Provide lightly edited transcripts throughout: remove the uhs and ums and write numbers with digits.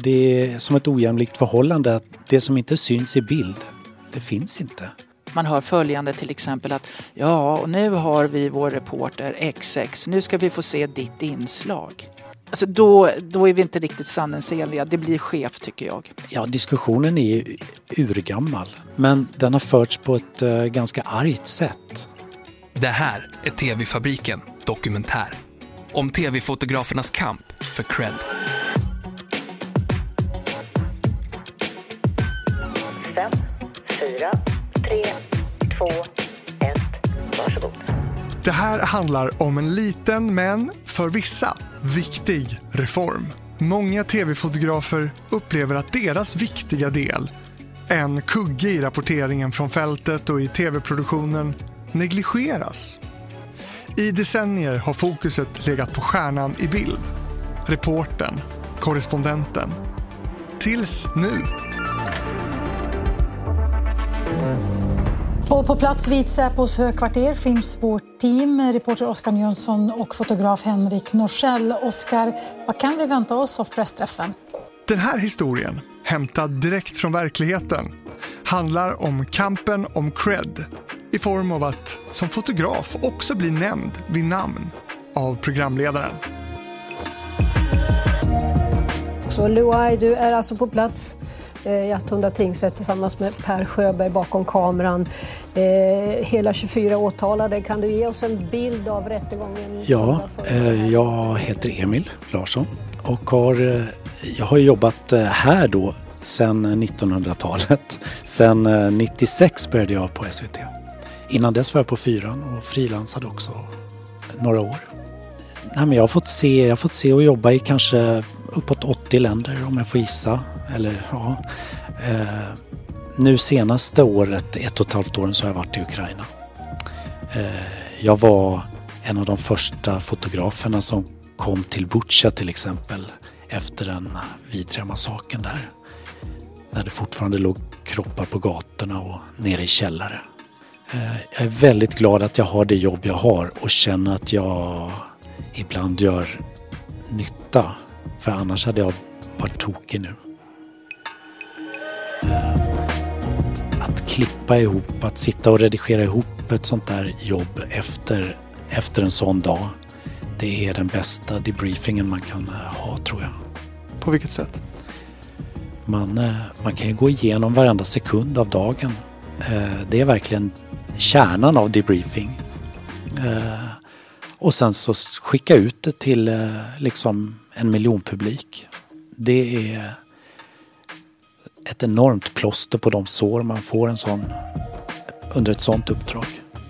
Det är som ett ojämlikt förhållande att det som inte syns i bild, det finns inte. Man hör följande till exempel att ja, och nu har vi vår reporter XX, nu ska vi få se ditt inslag. Alltså då är vi inte riktigt sanningsenliga, det blir skevt tycker jag. Ja, diskussionen är urgammal, men den har förts på ett ganska argt sätt. Det här är TV-fabriken dokumentär om tv-fotografernas kamp för cred. 5, 4, 3, 2, 1, varsågod. Det här handlar om en liten men för vissa viktig reform. Många tv-fotografer upplever att deras viktiga del, en kugge i rapporteringen från fältet och i tv-produktionen, negligeras. I decennier har fokuset legat på stjärnan i bild, reportern, korrespondenten. Tills nu. Och på plats vid Säpos högkvarter finns vårt team, reporter Oskar Jönsson och fotograf Henrik Norssell. Oskar, vad kan vi vänta oss av pressträffen? Den här historien, hämtad direkt från verkligheten, handlar om kampen om cred i form av att som fotograf också bli nämnd vid namn av programledaren. Så Luai, du är alltså på plats i Attunda tingsrätt tillsammans med Per Sjöberg bakom kameran. Hela 24 åtalade. Kan du ge oss en bild av rättegången? Ja, jag heter Emil Larsson och jag har jobbat här då sedan 1900-talet. Sen 96 började jag på SVT. Innan dess var jag på 4:an och frilansade också några år. Nej, men jag har fått se och jobba i kanske uppåt 80 länder om jag får gissa. Eller, ja. Nu senaste året, 1,5 åren, så har jag varit i Ukraina. Jag var en av de första fotograferna som kom till Bucha till exempel efter den vidriga massakern där. När det fortfarande låg kroppar på gatorna och nere i källare. Jag är väldigt glad att jag har det jobb jag har och känner att jag ibland gör nytta. För annars hade jag varit tokig nu. Att klippa ihop, att sitta och redigera ihop ett sånt där jobb efter en sån dag, det är den bästa debriefingen man kan ha, tror jag. På vilket sätt? Man kan ju gå igenom varenda sekund av dagen. Det är verkligen kärnan av debriefing. Och sen så skicka ut det till liksom 1 miljon publik. Det är ett enormt plåster på de sår man får under ett sånt uppdrag.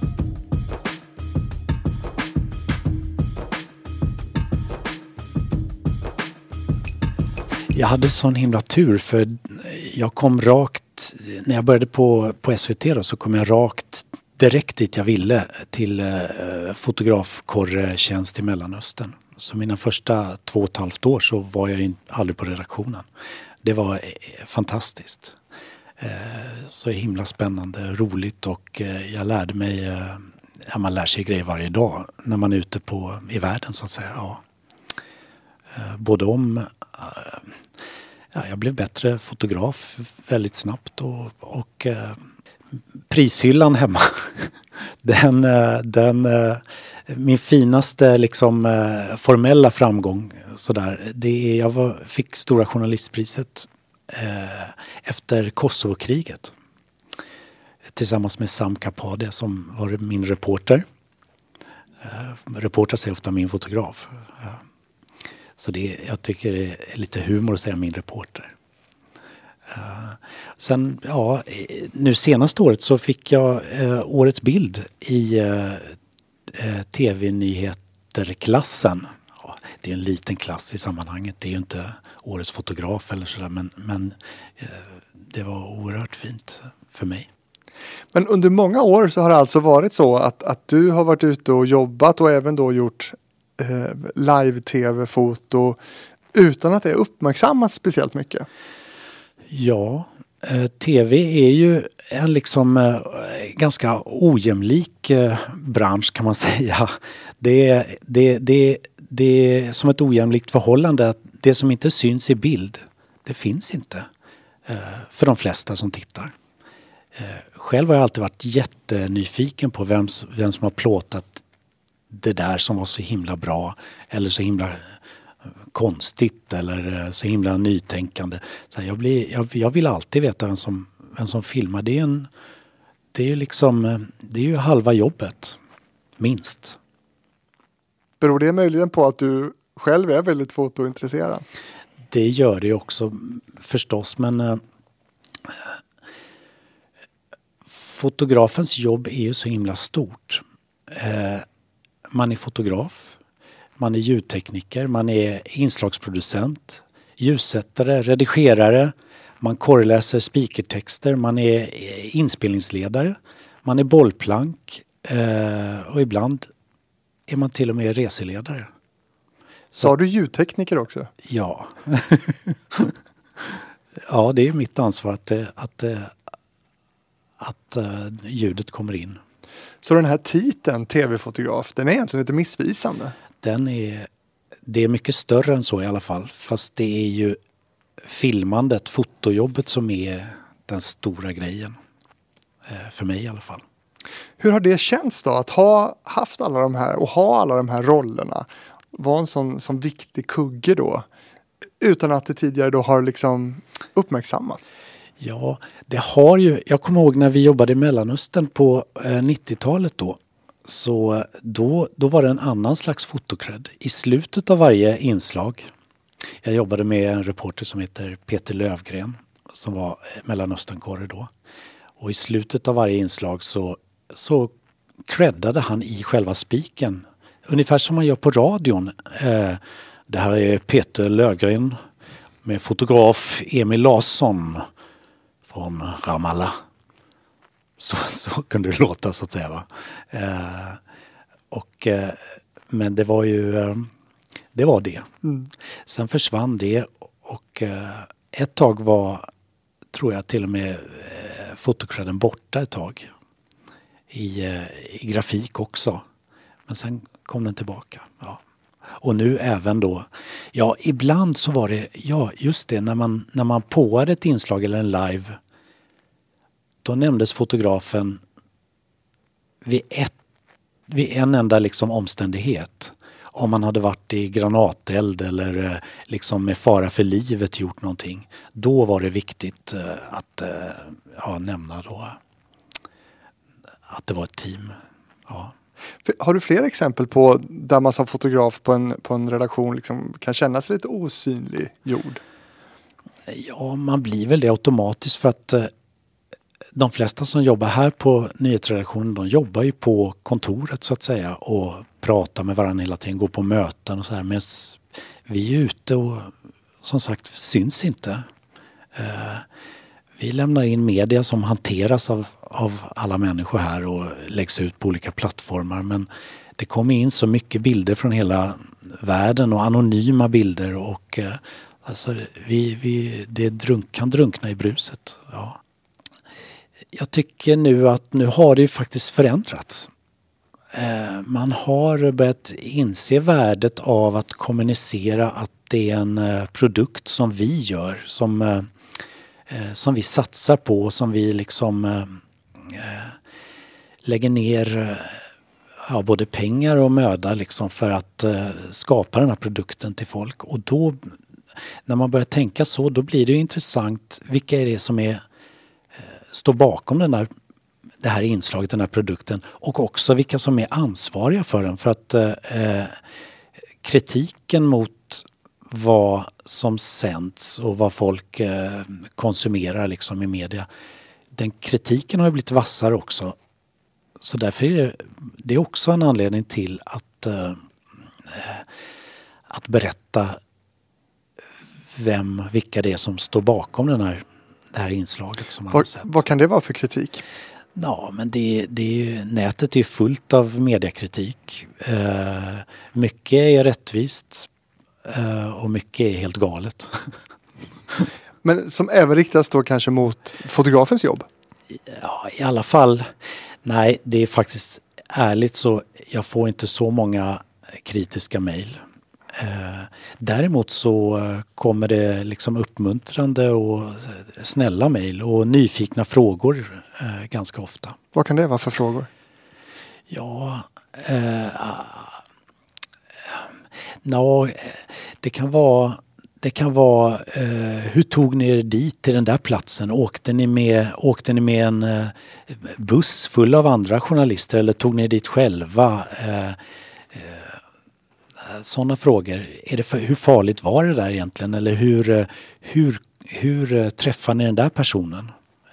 Jag hade sån himla tur för jag kom rakt, när jag började på SVT då, så kom jag rakt direkt dit jag ville till fotografkorretjänst i Mellanöstern. Så mina första 2,5 år så var jag aldrig på redaktionen. Det var fantastiskt. Så himla spännande, roligt och jag lärde mig, man lär sig grejer varje dag när man är ute i världen så att säga. Ja. Både jag blev bättre fotograf väldigt snabbt och prishyllan hemma. Min finaste liksom formella framgång sådär, jag fick Stora journalistpriset efter Kosovo-kriget tillsammans med Sam Kapade som var min reporter. Reporter säger ofta min fotograf. Så jag tycker det är lite humor att säga min reporter. Sen, nu senaste året så fick jag årets bild i tv-nyheterklassen. Ja, det är en liten klass i sammanhanget. Det är ju inte årets fotograf eller sådär. Men det var oerhört fint för mig. Men under många år så har det alltså varit så att du har varit ute och jobbat och även då gjort live-tv-foto utan att det uppmärksammats speciellt mycket. Ja, tv är ju en liksom ganska ojämlik bransch kan man säga. Det är som ett ojämlikt förhållande att det som inte syns i bild, Det finns inte för de flesta som tittar. Själv har jag alltid varit jättenyfiken på vem som har plåtat det där som var så himla bra eller så himla konstigt eller så himla nytänkande. Så jag vill alltid veta vem som filmar. Det är ju halva jobbet, minst. Beror det möjligen på att du själv är väldigt fotointresserad? Det gör det också förstås, men fotografens jobb är ju så himla stort. Man är fotograf, man är ljudtekniker, man är inslagsproducent, ljussättare, redigerare, man korreläser speakertexter, man är inspelningsledare, man är bollplank och ibland är man till och med reseledare. Sa du ljudtekniker också? Ja. Ja, det är mitt ansvar att ljudet kommer in. Så den här titeln, tv-fotograf, den är egentligen lite missvisande? Det är mycket större än så i alla fall. Fast det är ju filmandet, fotojobbet som är den stora grejen. För mig i alla fall. Hur har det känts då att ha haft alla de här och ha alla de här rollerna? Var en sån viktig kugge då? Utan att det tidigare då har liksom uppmärksammats? Ja, det har ju. Jag kommer ihåg när vi jobbade i Mellanöstern på 90-talet då. Så då var det en annan slags fotokred. I slutet av varje inslag. Jag jobbade med en reporter som heter Peter Lövgren. Som var Mellanösternkorre då. Och i slutet av varje inslag så creddade han i själva spiken. Ungefär som man gör på radion. Det här är Peter Lövgren med fotograf Emil Larsson från Ramallah. Så kunde det låta så att säga. Va? Men det var ju det var det. Mm. Sen försvann det och ett tag var, tror jag till och med, fotokredden borta ett tag. I grafik också. Men sen kom den tillbaka. Ja. Och nu även då. Ja, ibland så var det, ja just det, när man påade ett inslag eller en live. Då nämndes fotografen vid en enda liksom omständighet. Om man hade varit i granateld eller liksom med fara för livet gjort någonting. Då var det viktigt att nämna då att det var ett team. Ja. Har du fler exempel på där man som fotograf på en redaktion liksom kan känna sig lite osynlig gjord? Ja, man blir väl det automatiskt för att de flesta som jobbar här på nyhetsredaktionen, de jobbar ju på kontoret så att säga och pratar med varandra hela tiden, går på möten och så här. Men vi är ute och som sagt syns inte. Vi lämnar in media som hanteras av alla människor här och läggs ut på olika plattformar. Men det kommer in så mycket bilder från hela världen och anonyma bilder och alltså kan drunkna i bruset. Ja. Jag tycker nu att nu har det ju faktiskt förändrats. Man har börjat inse värdet av att kommunicera att det är en produkt som vi gör, som vi satsar på, som vi liksom lägger ner både pengar och möda liksom för att skapa den här produkten till folk. Och då, när man börjar tänka så, då blir det ju intressant vilka är det som står bakom det här inslaget, den här produkten, och också vilka som är ansvariga för den. För att kritiken mot vad som sänds och vad folk konsumerar liksom i media, den kritiken har ju blivit vassare också. Så därför är det också en anledning till att berätta vilka det är som står bakom det här inslaget som man har sett. Vad kan det vara för kritik? Ja, men nätet är fullt av mediekritik. Mycket är rättvist och mycket är helt galet. Men som även riktas då kanske mot fotografens jobb? Ja, i alla fall. Nej, det är faktiskt ärligt så jag får inte så många kritiska mejl. Däremot så kommer det liksom uppmuntrande och snälla mejl och nyfikna frågor ganska ofta. Vad kan det vara för frågor? Ja, det kan vara hur tog ni er dit till den där platsen? Åkte ni med en buss full av andra journalister eller tog ni er dit själva? Sådana frågor. Hur farligt var det där egentligen? Eller hur träffade ni den där personen?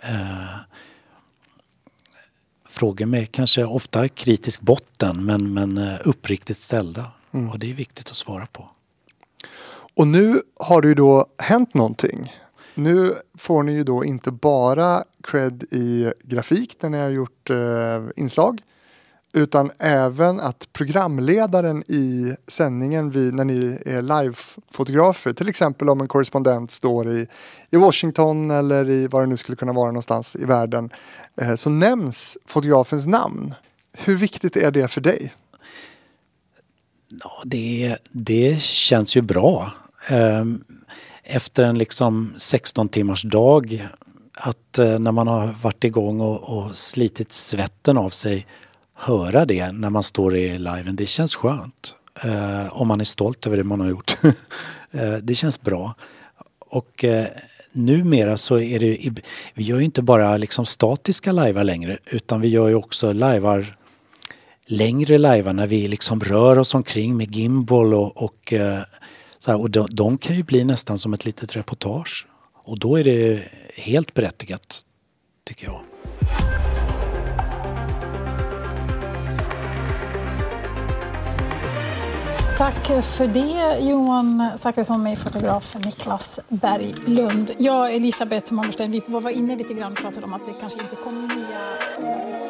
Frågor med kanske ofta kritisk botten men uppriktigt ställda. Och det är viktigt att svara på. Och nu har det ju då hänt någonting. Nu får ni ju då inte bara cred i grafik när ni har gjort inslag. Utan även att programledaren i sändningen när ni är live-fotografer, till exempel om en korrespondent står i Washington eller i vad det nu skulle kunna vara någonstans i världen, så nämns fotografens namn. Hur viktigt är det för dig? Ja, det känns ju bra. Efter en liksom 16 timmars dag, att när man har varit igång och slitit svetten av sig, höra det när man står i liven, det känns skönt. Om man är stolt över det man har gjort. Det känns bra. Och numera så är det, vi gör ju inte bara liksom statiska livar längre, utan vi gör ju också längre livar när vi liksom rör oss omkring med gimbal och så här, och de kan ju bli nästan som ett litet reportage. Och då är det helt berättigat, tycker jag. Tack för det, Johan Zachrisson med fotograf Niklas Berglund. Jag, Elisabeth Månderstein, vi var inne lite grann och pratade om att det kanske inte kommer nya stora...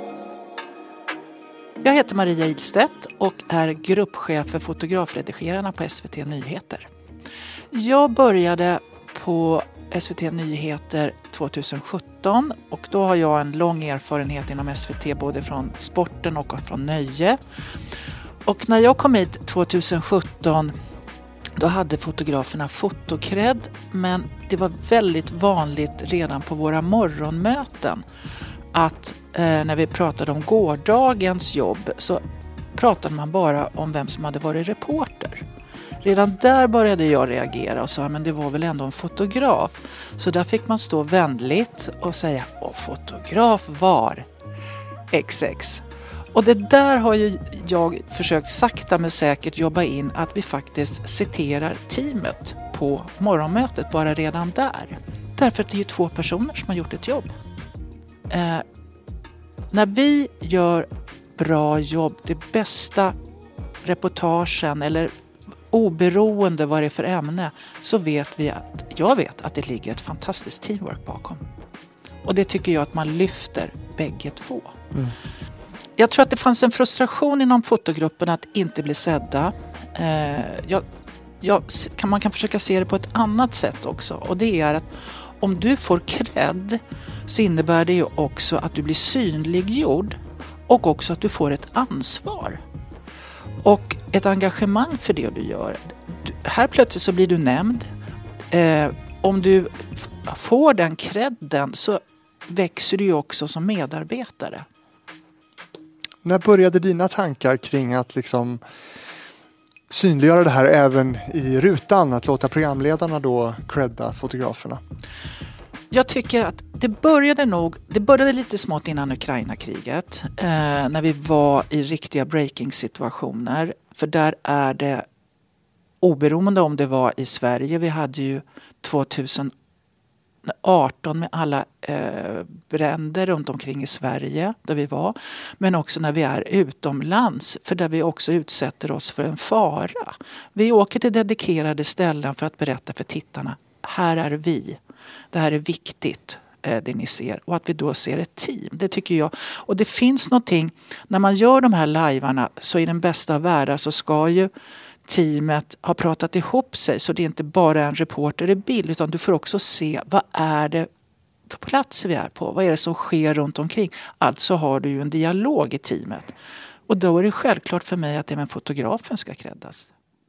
Jag heter Maria Ilstedt och är gruppchef för fotografredigerarna på SVT Nyheter. Jag började på SVT Nyheter 2017 och då har jag en lång erfarenhet inom SVT både från sporten och från nöje. Och när jag kom hit 2017 då hade fotograferna fotokred, men det var väldigt vanligt redan på våra morgonmöten att när vi pratade om gårdagens jobb så pratade man bara om vem som hade varit reporter. Redan där började jag reagera och sa men det var väl ändå en fotograf. Så där fick man stå vänligt och säga fotograf var XX. Och det där har ju jag försökt sakta men säkert jobba in att vi faktiskt citerar teamet på morgonmötet bara redan där. Därför att det är ju 2 personer som har gjort ett jobb. När vi gör bra jobb, det bästa reportagen eller oberoende vad det är för ämne, så vet jag vet att det ligger ett fantastiskt teamwork bakom. Och det tycker jag att man lyfter bägge två. Mm. Jag tror att det fanns en frustration inom fotogruppen att inte bli sedda. Man kan försöka se det på ett annat sätt också. Och det är att om du får cred så innebär det ju också att du blir synliggjord och också att du får ett ansvar. Och ett engagemang för det du gör. Här plötsligt så blir du nämnd. Om du får den credden så växer du ju också som medarbetare. När började dina tankar kring att liksom synliggöra det här även i rutan? Att låta programledarna då credda fotograferna? Jag tycker att det började lite smått innan Ukraina-kriget. När vi var i riktiga breaking-situationer. För där är det oberoende om det var i Sverige. Vi hade ju 2018 med alla bränder runt omkring i Sverige där vi var. Men också när vi är utomlands, för där vi också utsätter oss för en fara. Vi åker till dedikerade ställen för att berätta för tittarna, här är vi. Det här är viktigt, det ni ser. Och att vi då ser ett team, det tycker jag. Och det finns någonting, när man gör de här livearna så i den bästa av världar så ska ju teamet har pratat ihop sig så det är inte bara en reporter i bild utan du får också se vad är det för plats vi är på, vad är det som sker runt omkring. Alltså har du ju en dialog i teamet och då är det självklart för mig att även fotografen ska creddas.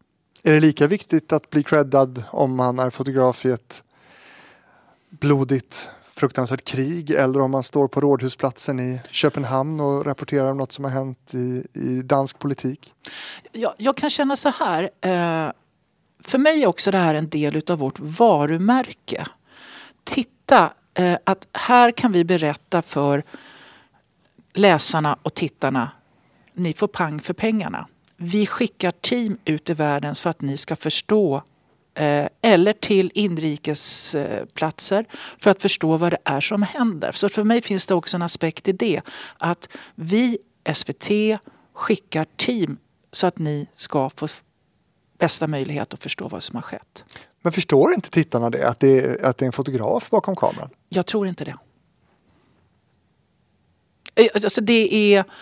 Är det lika viktigt att bli creddad om man är fotograf i ett blodigt, fruktansvärt krig eller om man står på Rådhusplatsen i Köpenhamn och rapporterar om något som har hänt i dansk politik? Jag kan känna så här. För mig är också det här en del av vårt varumärke. Titta, att här kan vi berätta för läsarna och tittarna, ni får pang för pengarna. Vi skickar team ut i världen för att ni ska förstå, eller till inrikesplatser för att förstå vad det är som händer. Så för mig finns det också en aspekt i det, att vi, SVT, skickar team så att ni ska få bästa möjlighet att förstå vad som har skett. Men förstår inte tittarna det? Att det är en fotograf bakom kameran? Jag tror inte det. Alltså det är...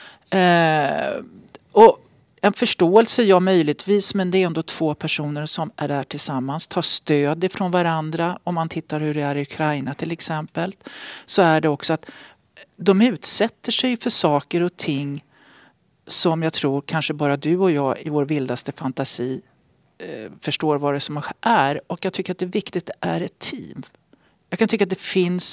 och en förståelse, ja möjligtvis, men det är ändå 2 personer som är där tillsammans. Tar stöd ifrån varandra. Om man tittar hur det är i Ukraina till exempel. Så är det också att de utsätter sig för saker och ting som jag tror kanske bara du och jag i vår vildaste fantasi förstår vad det som är. Och jag tycker att det är viktigt att det är ett team. Jag kan tycka att det finns...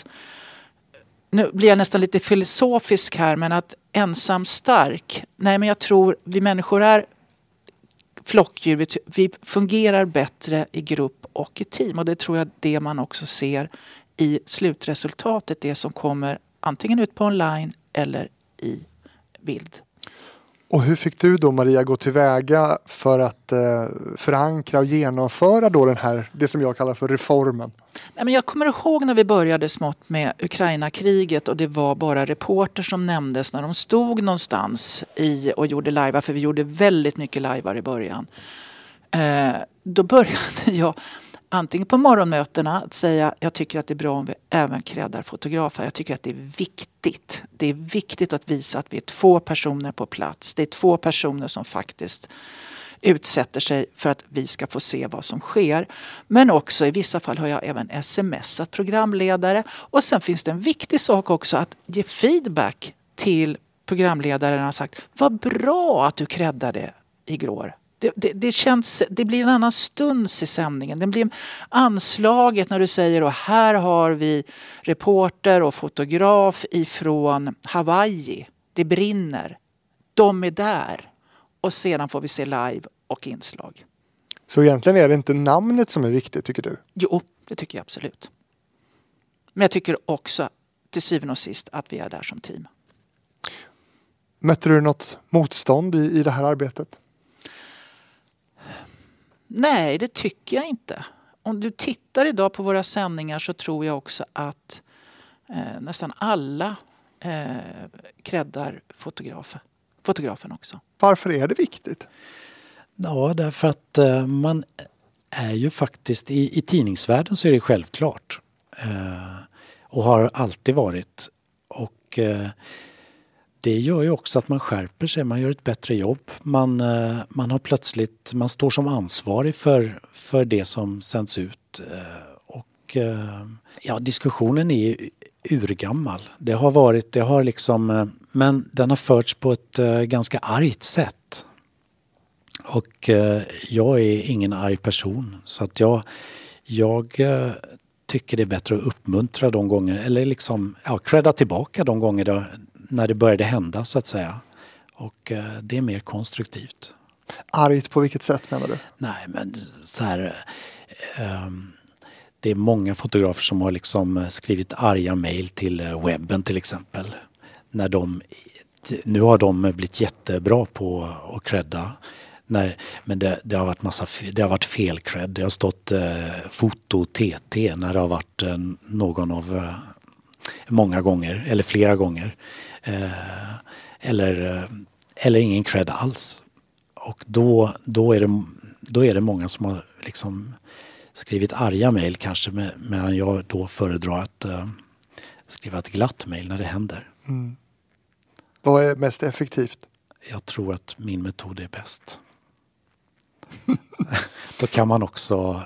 Nu blir jag nästan lite filosofisk här, men att ensam stark. Nej, men jag tror vi människor är flockdjur. Vi fungerar bättre i grupp och i team. Och det tror jag det man också ser i slutresultatet. Det som kommer antingen ut på online eller i bild. Och hur fick du då, Maria, gå tillväga för att förankra och genomföra då det som jag kallar för reformen? Men jag kommer ihåg när vi började smått med Ukraina-kriget och det var bara reporter som nämndes när de stod någonstans och gjorde live, för vi gjorde väldigt mycket live i början. Då började jag antingen på morgonmötena att säga jag tycker att det är bra om vi även creddar fotografer. Jag tycker att det är viktigt. Det är viktigt att visa att vi är 2 personer på plats. Det är 2 personer som faktiskt utsätter sig för att vi ska få se vad som sker. Men också i vissa fall har jag även smsat programledare. Och sen finns det en viktig sak också, att ge feedback till programledaren och ha sagt vad bra att du creddade igår. Det blir en annan stuns i sändningen. Det blir anslaget när du säger och här har vi reporter och fotograf ifrån Hawaii. Det brinner. De är där. Och sedan får vi se live och inslag. Så egentligen är det inte namnet som är viktigt, tycker du? Jo, det tycker jag absolut. Men jag tycker också till syvende och sist att vi är där som team. Mötte du något motstånd i det här arbetet? Nej, det tycker jag inte. Om du tittar idag på våra sändningar så tror jag också att nästan alla creddar fotografen också. Varför är det viktigt? Ja, därför att man är ju faktiskt i tidningsvärlden så är det självklart. Och har alltid varit. Och det gör ju också att man skärper sig, man gör ett bättre jobb. Man står som ansvarig för det som sänds ut. Och diskussionen är urgammal. Men den har förts på ett ganska argt sätt. Och jag är ingen arg person, så att jag tycker det är bättre att uppmuntra de gånger, eller credda tillbaka de gånger när det började hända, så att säga. Och det är mer konstruktivt. Argt på vilket sätt menar du? Nej, men så här... det är många fotografer som har skrivit arga mejl till webben till exempel. Nu har de blivit jättebra på att credda. Men det har varit fel cred. Det har stått foto TT när det har varit någon av många gånger eller flera gånger. Eller ingen cred alls. Och då är det många som har skrivit arga mejl kanske, medan jag då föredrar att skriva ett glatt mejl när det händer. Mm. Vad är mest effektivt? Jag tror att min metod är bäst. Då kan man också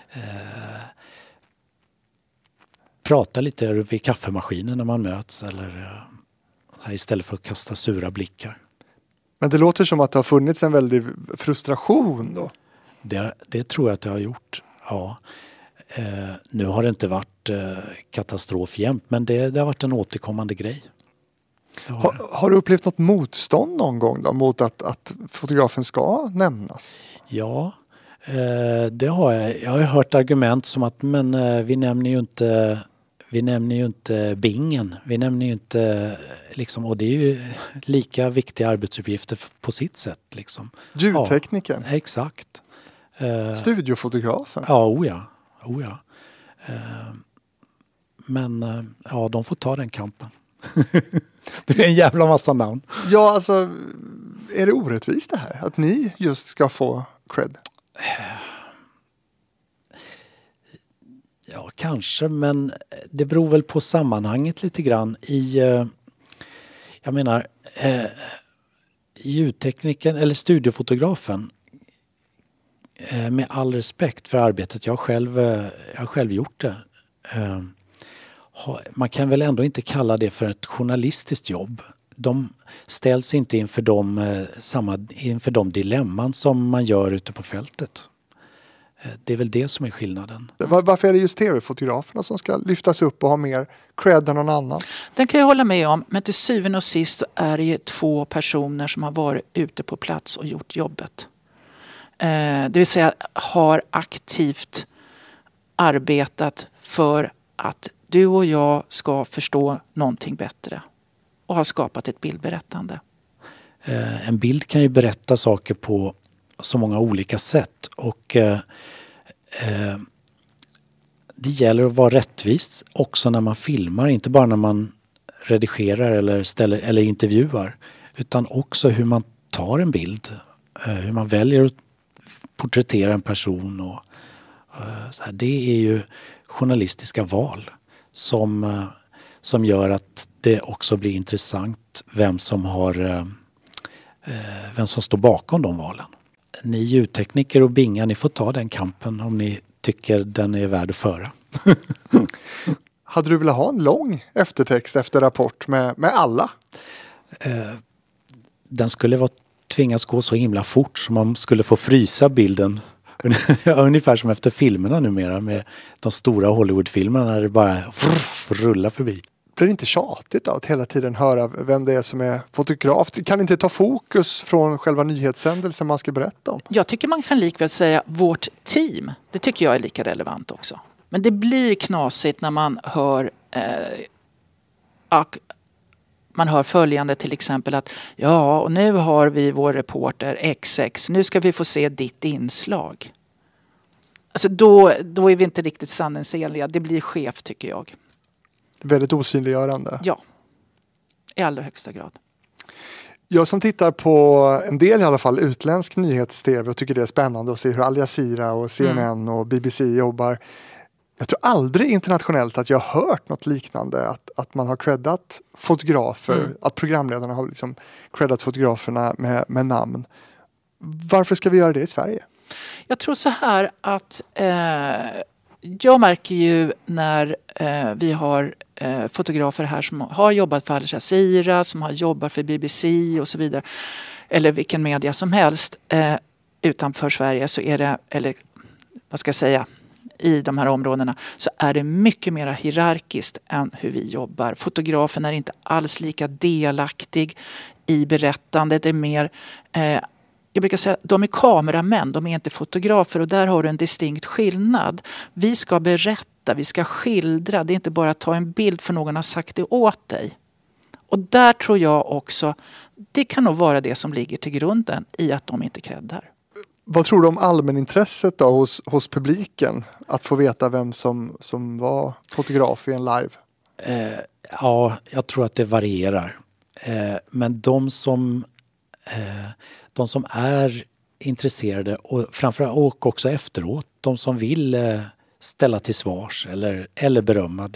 prata lite vid kaffemaskinen när man möts, eller istället för att kasta sura blickar. Men det låter som att det har funnits en väldig frustration då. Det tror jag att jag har gjort, ja. Nu har det inte varit katastrof jämt, men det har varit en återkommande grej. Har du upplevt något motstånd någon gång då, mot att fotografen ska nämnas? Ja, det har jag. Jag har hört argument som att vi nämner ju inte bingen. Vi nämner ju inte liksom, och det är ju lika viktiga arbetsuppgifter på sitt sätt liksom. Ljudtekniken. Ja, exakt. Studiofotografen. Ja, oja. Men ja, de får ta den kampen. Det är en jävla massa namn. Ja, alltså är det orättvist det här? Att ni just ska få cred? Ja, kanske, men det beror väl på sammanhanget lite grann. Jag menar, ljudtekniken eller studiofotografen, med all respekt för arbetet, jag har själv gjort det. Man kan väl ändå inte kalla det för ett journalistiskt jobb. De ställs inte inför de dilemman som man gör ute på fältet. Det är väl det som är skillnaden. Varför är det just tv-fotograferna som ska lyftas upp och ha mer cred än någon annan? Den kan jag hålla med om, men till syvende och sist så är det ju 2 personer som har varit ute på plats och gjort jobbet. Det vill säga har aktivt arbetat för att du och jag ska förstå någonting bättre och har skapat ett bildberättande. En bild kan ju berätta saker på så många olika sätt, och det gäller att vara rättvist också när man filmar, inte bara när man redigerar eller intervjuar, utan också hur man tar en bild, hur man väljer att porträttera en person och så här. Det är ju journalistiska val som gör att det också blir intressant vem som står bakom de valen. Ni ljudtekniker och bingar, ni får ta den kampen om ni tycker den är värd att föra. Hade du velat ha en lång eftertext efter Rapport med alla? Den skulle tvingas gå så himla fort som man skulle få frysa bilden. Ungefär som efter filmerna numera med de stora Hollywoodfilmerna när det bara rullar förbi. Blir det inte tjatigt då, att hela tiden höra vem det är som är fotograf? Kan inte ta fokus från själva nyhetssändelsen man ska berätta om? Jag tycker man kan likväl säga vårt team. Det tycker jag är lika relevant också. Men det blir knasigt när man hör följande till exempel att ja, och nu har vi vår reporter XX. Nu ska vi få se ditt inslag. Alltså då är vi inte riktigt sanningsenliga. Det blir skevt tycker jag. Väldigt osynliggörande. Ja, i allra högsta grad. Jag som tittar på en del i alla fall utländsk nyhets-tv och tycker det är spännande att se hur Al Jazeera och CNN och BBC jobbar. Jag tror aldrig internationellt att jag har hört något liknande. Att man har creddat fotografer, att programledarna har liksom creddat fotograferna med namn. Varför ska vi göra det i Sverige? Jag tror så här att jag märker ju när vi har fotografer här som har jobbat för Al Jazeera, som har jobbat för BBC och så vidare, eller vilken media som helst utanför Sverige, så är det, eller vad ska jag säga, i de här områdena så är det mycket mer hierarkiskt än hur vi jobbar. Fotografen är inte alls lika delaktig i berättandet. Det är mer, jag brukar säga, de är kameramän, de är inte fotografer, och där har du en distinkt skillnad. Vi ska berätta, vi ska skildra, det är inte bara att ta en bild för någon har sagt det åt dig. Och där tror jag också, det kan nog vara det som ligger till grunden i att de inte creddar. Vad tror du om allmänintresset då hos publiken? Att få veta vem som var fotograf i en live? Ja, jag tror att det varierar. Men de som är intresserade och framförallt och också efteråt, de som vill ställa till svars eller berömma,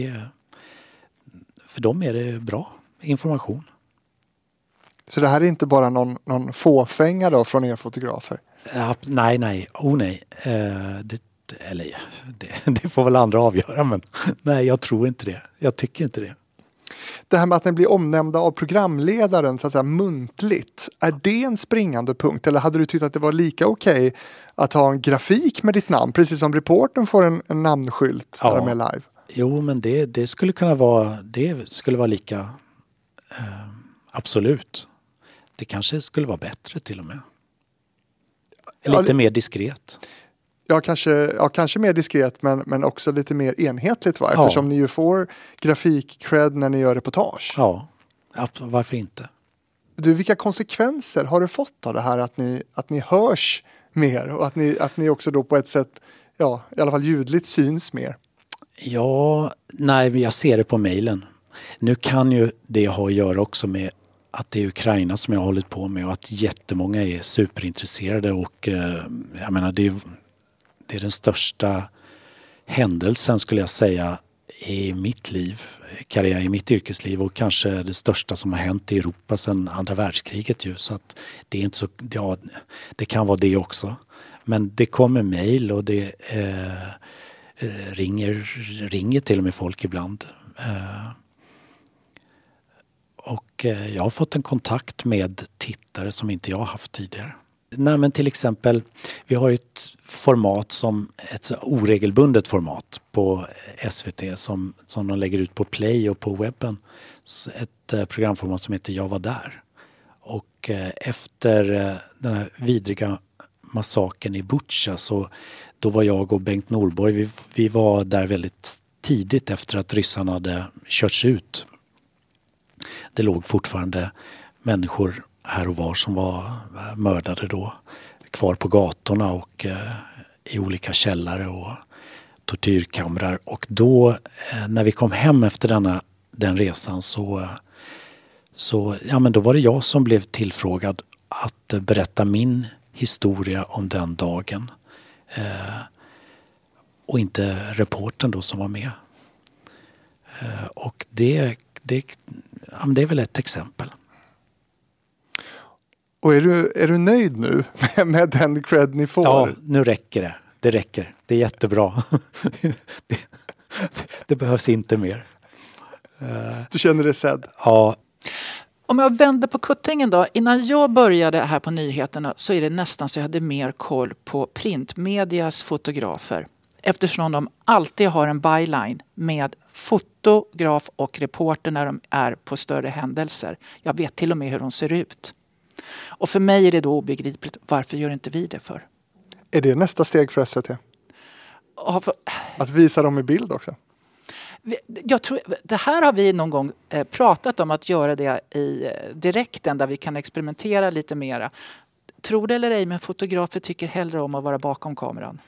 för dem är det bra information. Så det här är inte bara någon fåfänga då från er fotografer? Nej. Nej. Det får väl andra avgöra, men nej, jag tror inte det. Jag tycker inte det. Det här med att ni blir omnämnda av programledaren så att säga muntligt, är det en springande punkt? Eller hade du tyckt att det var lika okej att ha en grafik med ditt namn, precis som reportern får en namnskylt där med live? Jo, men det skulle kunna vara, det skulle vara lika absolut. Det kanske skulle vara bättre till och med. Lite mer diskret. Ja, kanske mer diskret men också lite mer enhetligt, va? Eftersom ni ju får grafik-cred när ni gör reportage. Ja, varför inte? Du, vilka konsekvenser har du fått av det här att ni hörs mer och att ni också då på ett sätt, ja, i alla fall ljudligt syns mer? Ja, nej, jag ser det på mejlen. Nu kan ju det ha att göra också med att det är Ukraina som jag har hållit på med och att jättemånga är superintresserade och jag menar det är den största händelsen skulle jag säga i mitt liv, karriär i mitt yrkesliv och kanske det största som har hänt i Europa sedan andra världskriget ju, så att det är inte så, ja, det kan vara det också. Men det kommer mejl och det ringer till och med folk ibland. Och jag har fått en kontakt med tittare som inte jag har haft tidigare. Nej, men till exempel, vi har ett format som ett oregelbundet format på SVT som de lägger ut på Play och på webben. Ett programformat som heter Jag var där. Och efter den här vidriga massakern i Butja så då var jag och Bengt Norborg, vi var där väldigt tidigt efter att ryssarna hade körts ut. Det låg fortfarande människor här och var som var mördade då kvar på gatorna och i olika källare och tortyrkamrar. Och då när vi kom hem efter den resan så ja, men då var det jag som blev tillfrågad att berätta min historia om den dagen. Och inte reportern då som var med. Och det är väl ett exempel. Och är du nöjd nu med den cred ni får? Ja, nu räcker det. Det räcker. Det är jättebra. det behövs inte mer. Du känner dig sedd? Ja. Om jag vänder på kuttingen då. Innan jag började här på nyheterna så är det nästan så jag hade mer koll på printmedias fotografer. Eftersom de alltid har en byline med fotograf och reporter när de är på större händelser. Jag vet till och med hur de ser ut. Och för mig är det då obegripligt, varför gör inte vi det för? Är det nästa steg för SVT? Att visa dem i bild också? Jag tror, det här har vi någon gång pratat om, att göra det i direkten där vi kan experimentera lite mera. Tror det eller ej, men fotografer tycker hellre om att vara bakom kameran.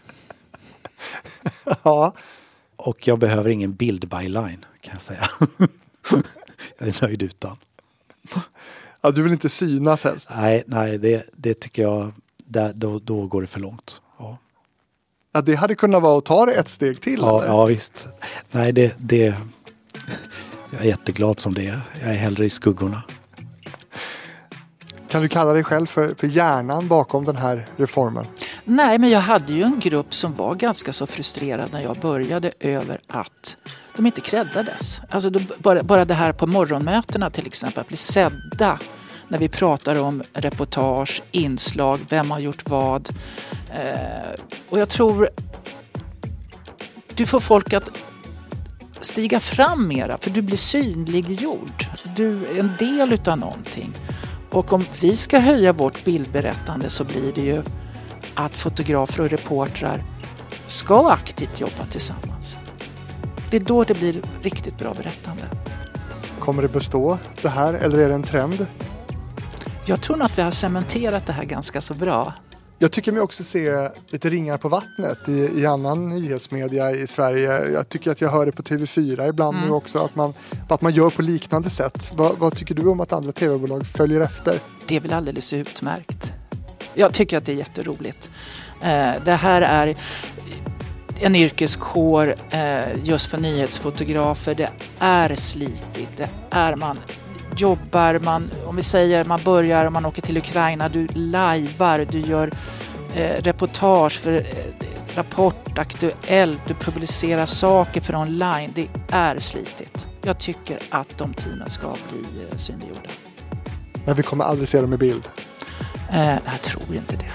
Ja. Och jag behöver ingen bildbyline kan jag säga. Jag är nöjd utan. Ja, du vill inte synas helst? Nej, det tycker jag, då går det för långt. Ja. Ja, det hade kunnat vara att ta det ett steg till. Ja, eller? ja visst. Nej, jag är jätteglad som det är. Jag är hellre i skuggorna. Kan du kalla dig själv för hjärnan bakom den här reformen? Nej, men jag hade ju en grupp som var ganska så frustrerad när jag började över att de inte creddades. Alltså bara det här på morgonmötena till exempel, att bli sedda när vi pratar om reportage, inslag, vem har gjort vad. Och jag tror du får folk att stiga fram mera, för du blir synliggjord. Du är en del utav någonting. Och om vi ska höja vårt bildberättande så blir det ju att fotografer och reportrar ska aktivt jobba tillsammans. Det är då det blir riktigt bra berättande. Kommer det bestå det här eller är det en trend? Jag tror nog att vi har cementerat det här ganska så bra. Jag tycker mig också se lite ringar på vattnet i annan nyhetsmedia i Sverige. Jag tycker att jag hör det på TV4 ibland nu också, att man gör på liknande sätt. Vad tycker du om att andra tv-bolag följer efter? Det är väl alldeles utmärkt. Jag tycker att det är jätteroligt. Det här är en yrkeskår just för nyhetsfotografer. Det är slitigt. Det är om vi säger man börjar, man åker till Ukraina, du lajvar, du gör reportage för Rapport, Aktuellt, du publicerar saker för online. Det är slitigt. Jag tycker att de teamen ska bli synliggjorda. Men vi kommer aldrig se dem i bild. Jag tror inte det.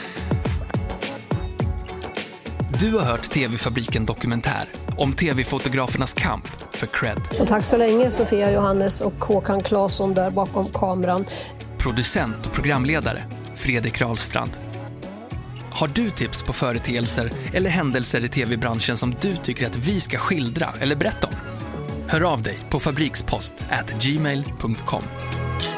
Du har hört TV-fabriken Dokumentär om TV-fotografernas kamp för cred. Och tack så länge Sofia Johannes och Håkan Claesson där bakom kameran. Producent och programledare Fredrik Rahlstrand. Har du tips på företeelser eller händelser i tv-branschen som du tycker att vi ska skildra eller berätta om? Hör av dig på fabrikspost@gmail.com.